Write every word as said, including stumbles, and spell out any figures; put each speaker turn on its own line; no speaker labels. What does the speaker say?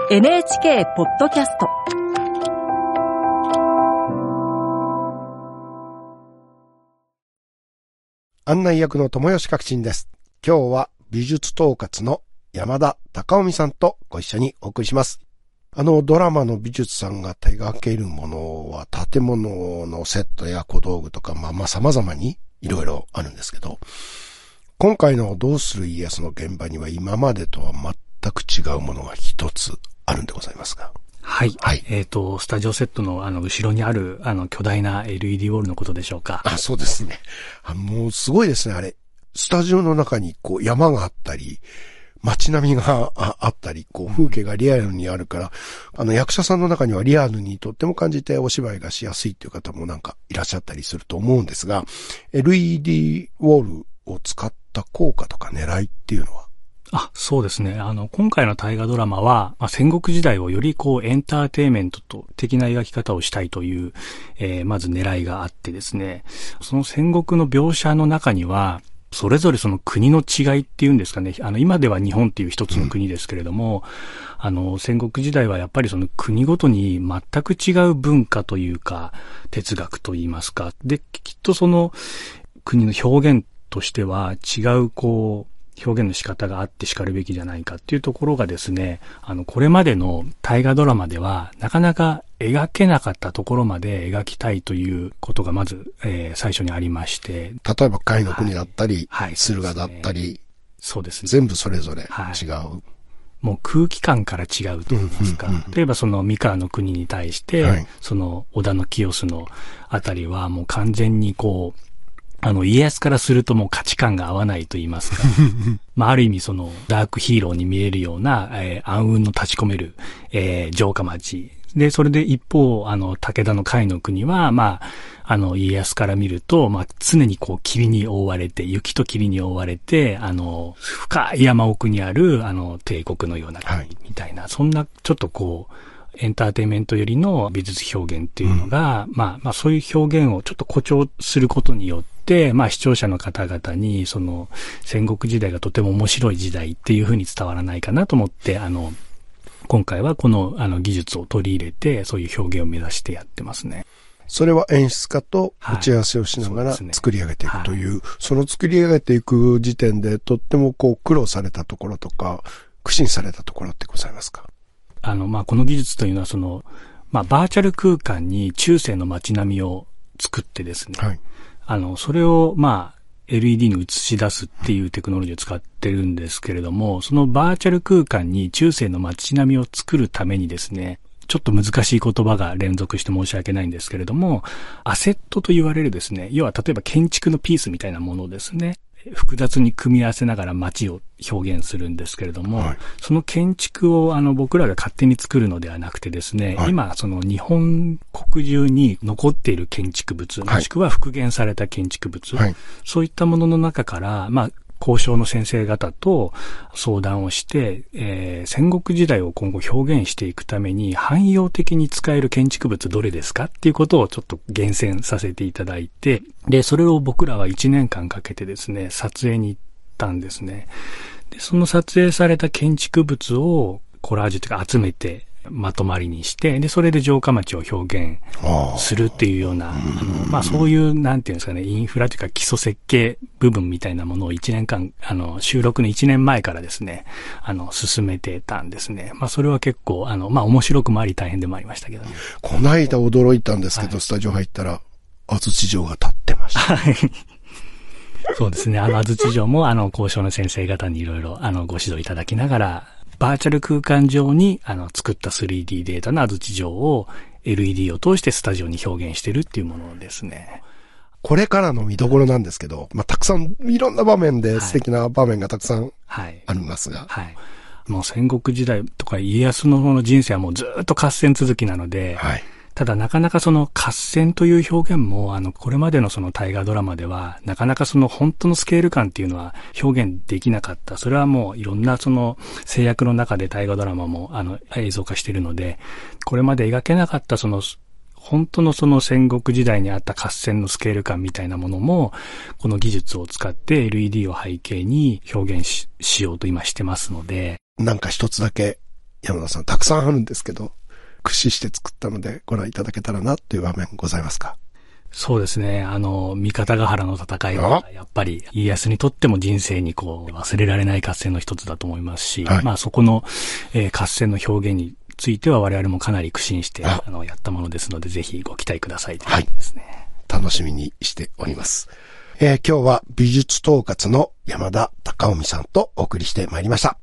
エヌエイチケー ポッドキャスト
案内役の友吉革新です。今日は美術統括の山田隆臣さんとご一緒にお送りします。あのドラマの美術さんが手掛けるものは建物のセットや小道具とかまあまあ様々にいろいろあるんですけど、今回のどうする家康の現場には今までとは全く違うものが一つあるんでございますが。
はい。はい、えっ、ー、と、スタジオセットのあの後ろにあるあの巨大な エルイーディー ウォールのことでしょうか。
あ、そうですね。あ、もうすごいですね、あれ。スタジオの中にこう山があったり、街並みが あ, あったり、こう風景がリアルにあるから、あの役者さんの中にはリアルにとっても感じてお芝居がしやすいっていう方もなんかいらっしゃったりすると思うんですが、エルイーディー ウォールを使った効果とか狙いっていうのは？
あ、そうですね。あの、今回の大河ドラマは、まあ、戦国時代をよりこうエンターテインメントと的な描き方をしたいという、えー、まず狙いがあってですね、その戦国の描写の中には、それぞれその国の違いっていうんですかね。あの、今では日本っていう一つの国ですけれども、うん、あの、戦国時代はやっぱりその国ごとに全く違う文化というか、哲学といいますか。で、きっとその国の表現としては違うこう、表現の仕方があって叱るべきじゃないかっていうところがですね、あの、これまでの大河ドラマではなかなか描けなかったところまで描きたいということがまず、えー、最初にありまして。
例えば甲斐の国だったり、
はいはい、
駿河だったり、
そうですね。
全部それぞれ違う。はい、
もう空気感から違うと言いますか。うんうんうん、例えばその三河の国に対して、はい、その織田の清須のあたりはもう完全にこう、あの、家康からするともう価値観が合わないと言いますか。まあ、ある意味その、ダークヒーローに見えるような、えー、暗雲の立ち込める、えー、城下町。で、それで一方、あの、武田の甲斐の国は、まあ、あの、家康から見ると、まあ、常にこう、霧に覆われて、雪と霧に覆われて、あの、深い山奥にある、あの、帝国のような国みたいな、はい、そんな、ちょっとこう、エンターテインメントよりの美術表現っていうのが、うん、まあ、まあ、そういう表現をちょっと誇張することによって、まあ、視聴者の方々に、その、戦国時代がとても面白い時代っていうふうに伝わらないかなと思って、あの、今回はこの、あの、技術を取り入れて、そういう表現を目指してやってますね。
それは演出家と打ち合わせをしながら作り上げていくという、はい、そ, う、ねはい、その作り上げていく時点で、とってもこう、苦労されたところとか、苦心されたところってございますか？
あの、まあ、この技術というのは、その、まあ、バーチャル空間に中世の街並みを作ってですね、はい、あの、それを、まあ、エルイーディー に映し出すっていうテクノロジーを使ってるんですけれども、そのバーチャル空間に中世の街並みを作るためにですね、ちょっと難しい言葉が連続して申し訳ないんですけれども、アセットと言われるですね、要は例えば建築のピースみたいなものですね、複雑に組み合わせながら街を表現するんですけれども、はい、その建築をあの僕らが勝手に作るのではなくてですね、はい、今その日本国中に残っている建築物、もしくは復元された建築物、はい、そういったものの中から、まあ交渉の先生方と相談をして、えー、戦国時代を今後表現していくために汎用的に使える建築物どれですかっていうことをちょっと厳選させていただいて、で、それを僕らはいちねんかんかけてですね、撮影に行ったんですね。で、その撮影された建築物をコラージュというか集めて、まとまりにして、で、それで城下町を表現するっていうような、あの、まあ、そういう、なんていうんですかね、インフラというか基礎設計部分みたいなものをいちねんかん、あの、収録のいちねんまえからですね、あの、進めてたんですね。まあ、それは結構、あの、まあ、面白くもあり大変でもありましたけどね。
この間驚いたんですけど、はい、スタジオ入ったら、安土城が立ってました。はい。
そうですね、あの、安土城も、あの、交渉の先生方にいろいろ、あの、ご指導いただきながら、バーチャル空間上にあの作った スリーディー データの安土城を エルイーディー を通してスタジオに表現してるっていうものですね。
これからの見どころなんですけど、まあ、たくさんいろんな場面で素敵な場面がたくさんありますが。
はい。はい、もう戦国時代とか家康の方の人生はもうずっと合戦続きなので、はい、ただなかなかその合戦という表現もあのこれまでのその大河ドラマではなかなかその本当のスケール感っていうのは表現できなかった。それはもういろんなその制約の中で大河ドラマもあの映像化しているので、これまで描けなかったその本当のその戦国時代にあった合戦のスケール感みたいなものもこの技術を使って エルイーディー を背景に表現 し, しようと今してますので。
なんか一つだけ山田さんたくさんあるんですけど、駆使して作ったのでご覧いただけたらなという場面ございますか？
そうですね。あの、三方ヶ原の戦いは、やっぱり家康にとっても人生にこう、忘れられない合戦の一つだと思いますし、はい、まあそこの、えー、合戦の表現については我々もかなり苦心して、あの、やったものですので、ぜひご期待くださいということですね。
はい。楽しみにしております。えー、今日は美術統括の山田隆臣さんとお送りしてまいりました。